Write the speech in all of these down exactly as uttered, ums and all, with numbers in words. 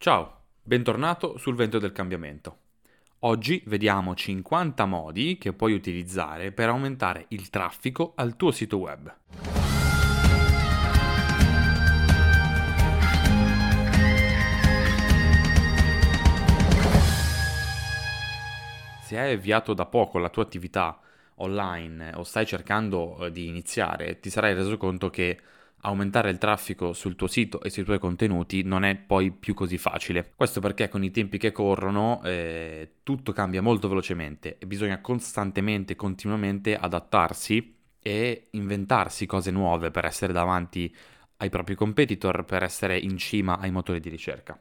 Ciao, bentornato sul Vento del Cambiamento. Oggi vediamo cinquanta modi che puoi utilizzare per aumentare il traffico al tuo sito web. Se hai avviato da poco la tua attività online o stai cercando di iniziare, ti sarai reso conto che aumentare il traffico sul tuo sito e sui tuoi contenuti non è poi più così facile. Questo perché con i tempi che corrono eh, tutto cambia molto velocemente e bisogna costantemente, continuamente adattarsi e inventarsi cose nuove per essere davanti ai propri competitor, per essere in cima ai motori di ricerca.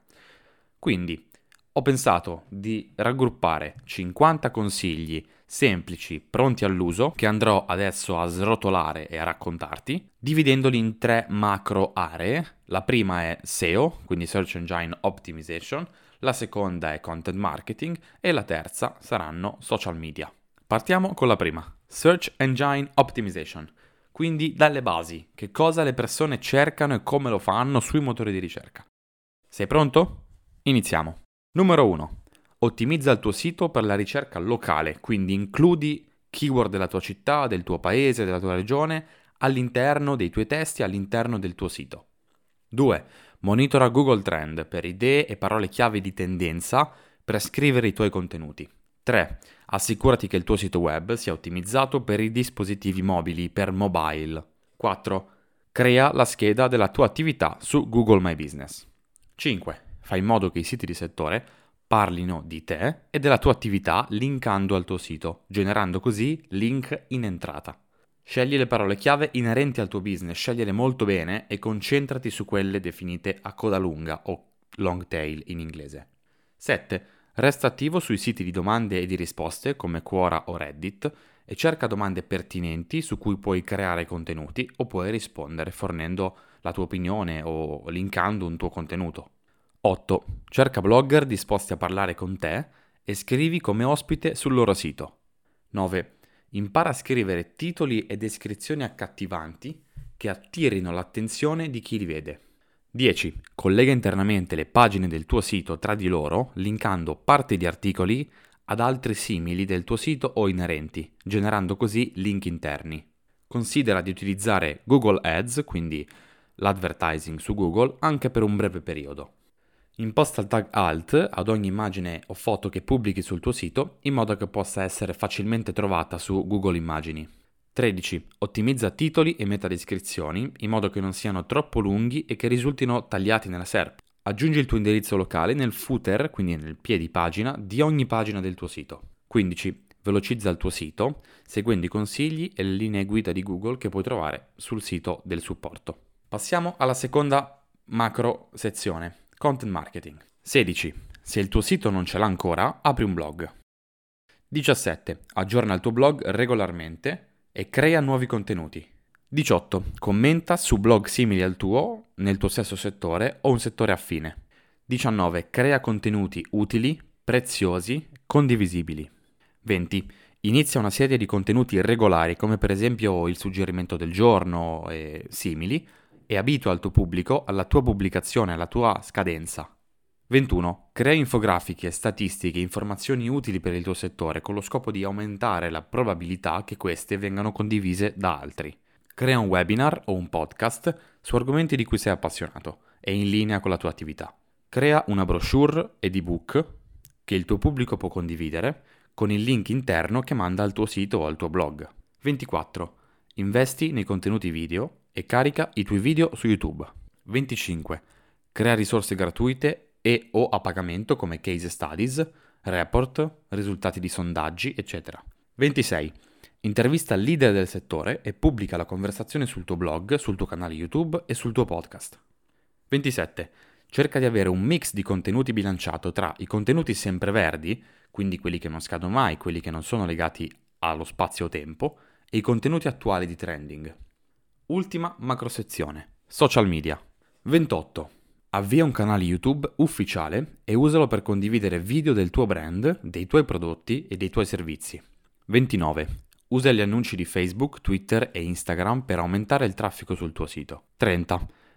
Quindi ho pensato di raggruppare cinquanta consigli semplici, pronti all'uso, che andrò adesso a srotolare e a raccontarti, dividendoli in tre macro aree. La prima è S E O, quindi Search Engine Optimization, la seconda è Content Marketing e la terza saranno social media. Partiamo con la prima, Search Engine Optimization, quindi dalle basi, che cosa le persone cercano e come lo fanno sui motori di ricerca. Sei pronto? Iniziamo. Numero uno. Ottimizza il tuo sito per la ricerca locale, quindi includi keyword della tua città, del tuo paese, della tua regione all'interno dei tuoi testi, all'interno del tuo sito. due. Monitora Google Trend per idee e parole chiave di tendenza per scrivere i tuoi contenuti. tre. Assicurati che il tuo sito web sia ottimizzato per i dispositivi mobili, per mobile. quattro. Crea la scheda della tua attività su Google My Business. cinque. Fai in modo che i siti di settore parlino di te e della tua attività linkando al tuo sito, generando così link in entrata. Scegli le parole chiave inerenti al tuo business, scegliele molto bene e concentrati su quelle definite a coda lunga o long tail in inglese. sette. Resta attivo sui siti di domande e di risposte come Quora o Reddit e cerca domande pertinenti su cui puoi creare contenuti o puoi rispondere fornendo la tua opinione o linkando un tuo contenuto. otto. Cerca blogger disposti a parlare con te e scrivi come ospite sul loro sito. nove. Impara a scrivere titoli e descrizioni accattivanti che attirino l'attenzione di chi li vede. dieci. Collega internamente le pagine del tuo sito tra di loro, linkando parti di articoli ad altri simili del tuo sito o inerenti, generando così link interni. Considera di utilizzare Google Ads, quindi l'advertising su Google, anche per un breve periodo. Imposta il tag alt ad ogni immagine o foto che pubblichi sul tuo sito in modo che possa essere facilmente trovata su Google Immagini. tredici. Ottimizza titoli e metadescrizioni in modo che non siano troppo lunghi e che risultino tagliati nella S E R P. Aggiungi il tuo indirizzo locale nel footer, quindi nel piedi pagina, di ogni pagina del tuo sito. quindici. Velocizza il tuo sito seguendo i consigli e le linee guida di Google che puoi trovare sul sito del supporto. Passiamo alla seconda macro sezione. Content Marketing. sedici. Se il tuo sito non ce l'ha ancora, apri un blog. diciassette. Aggiorna il tuo blog regolarmente e crea nuovi contenuti. diciotto. Commenta su blog simili al tuo, nel tuo stesso settore o un settore affine. diciannove. Crea contenuti utili, preziosi, condivisibili. venti. Inizia una serie di contenuti regolari, come per esempio il suggerimento del giorno e simili, e abitua il tuo pubblico alla tua pubblicazione, alla tua scadenza. ventuno. Crea infografiche, statistiche, informazioni utili per il tuo settore con lo scopo di aumentare la probabilità che queste vengano condivise da altri. Crea un webinar o un podcast su argomenti di cui sei appassionato e in linea con la tua attività. Crea una brochure ed ebook che il tuo pubblico può condividere con il link interno che manda al tuo sito o al tuo blog. ventiquattro. Investi nei contenuti video e carica i tuoi video su YouTube. venticinque. Crea risorse gratuite e o a pagamento come case studies, report, risultati di sondaggi, eccetera. ventisei. Intervista il leader del settore e pubblica la conversazione sul tuo blog, sul tuo canale YouTube e sul tuo podcast. ventisette. Cerca di avere un mix di contenuti bilanciato tra i contenuti sempreverdi, quindi quelli che non scadono mai, quelli che non sono legati allo spazio-tempo, e i contenuti attuali di trending. Ultima macrosezione, social media. ventotto. Avvia un canale YouTube ufficiale e usalo per condividere video del tuo brand, dei tuoi prodotti e dei tuoi servizi. ventinove. Usa gli annunci di Facebook, Twitter e Instagram per aumentare il traffico sul tuo sito. trenta.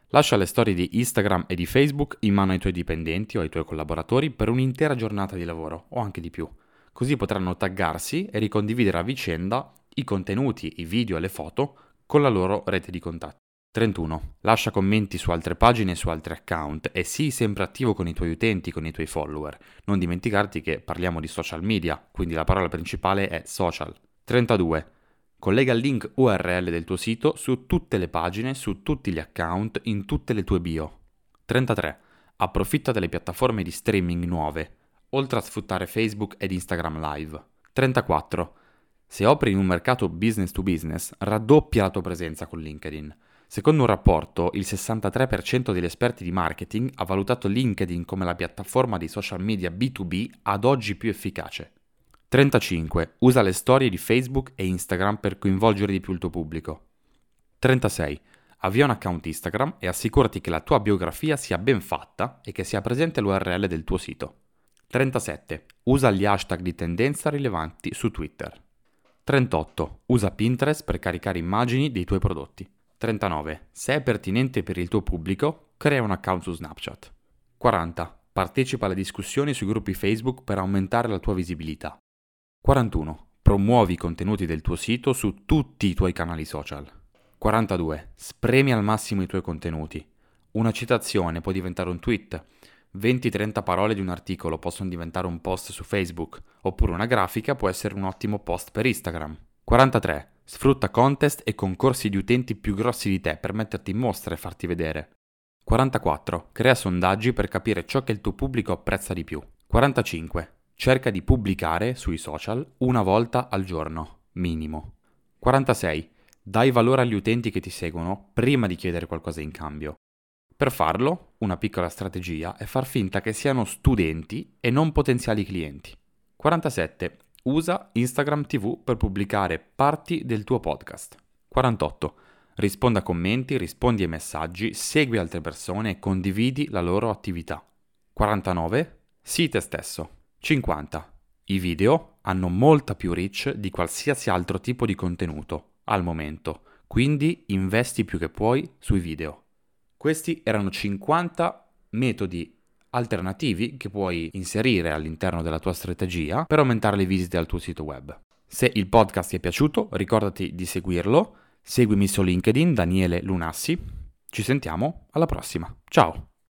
Lascia le storie di Instagram e di Facebook in mano ai tuoi dipendenti o ai tuoi collaboratori per un'intera giornata di lavoro, o anche di più. Così potranno taggarsi e ricondividere a vicenda i contenuti, i video e le foto con la loro rete di contatti. trentuno. Lascia commenti su altre pagine e su altri account e sii sempre attivo con i tuoi utenti, con i tuoi follower. Non dimenticarti che parliamo di social media, quindi la parola principale è social. trentadue. Collega il link U R L del tuo sito su tutte le pagine, su tutti gli account, in tutte le tue bio. trentatré. Approfitta delle piattaforme di streaming nuove, oltre a sfruttare Facebook ed Instagram Live. trentaquattro. Se operi in un mercato business to business, raddoppia la tua presenza con LinkedIn. Secondo un rapporto, il sessantatré per cento degli esperti di marketing ha valutato LinkedIn come la piattaforma di social media B due B ad oggi più efficace. trentacinque. Usa le storie di Facebook e Instagram per coinvolgere di più il tuo pubblico. trentasei. Avvia un account Instagram e assicurati che la tua biografia sia ben fatta e che sia presente l'U R L del tuo sito. trentasette. Usa gli hashtag di tendenza rilevanti su Twitter. trentotto. Usa Pinterest per caricare immagini dei tuoi prodotti. trentanove. Se è pertinente per il tuo pubblico, crea un account su Snapchat. quaranta. Partecipa alle discussioni sui gruppi Facebook per aumentare la tua visibilità. quarantuno. Promuovi i contenuti del tuo sito su tutti i tuoi canali social. quarantadue. Spremi al massimo i tuoi contenuti. Una citazione può diventare un tweet, venti trenta parole di un articolo possono diventare un post su Facebook, oppure una grafica può essere un ottimo post per Instagram. quarantatré. Sfrutta contest e concorsi di utenti più grossi di te per metterti in mostra e farti vedere. quarantaquattro. Crea sondaggi per capire ciò che il tuo pubblico apprezza di più. quarantacinque. Cerca di pubblicare sui social una volta al giorno, minimo. quarantasei. Dai valore agli utenti che ti seguono prima di chiedere qualcosa in cambio. Per farlo, una piccola strategia è far finta che siano studenti e non potenziali clienti. quarantasette. Usa Instagram T V per pubblicare parti del tuo podcast. quarantotto. Risponda a commenti, rispondi ai messaggi, segui altre persone e condividi la loro attività. quarantanove. Sii te stesso. cinquanta. I video hanno molta più reach di qualsiasi altro tipo di contenuto al momento, quindi investi più che puoi sui video. Questi erano cinquanta metodi alternativi che puoi inserire all'interno della tua strategia per aumentare le visite al tuo sito web. Se il podcast ti è piaciuto, ricordati di seguirlo, seguimi su LinkedIn, Daniele Lunassi. Ci sentiamo alla prossima. Ciao!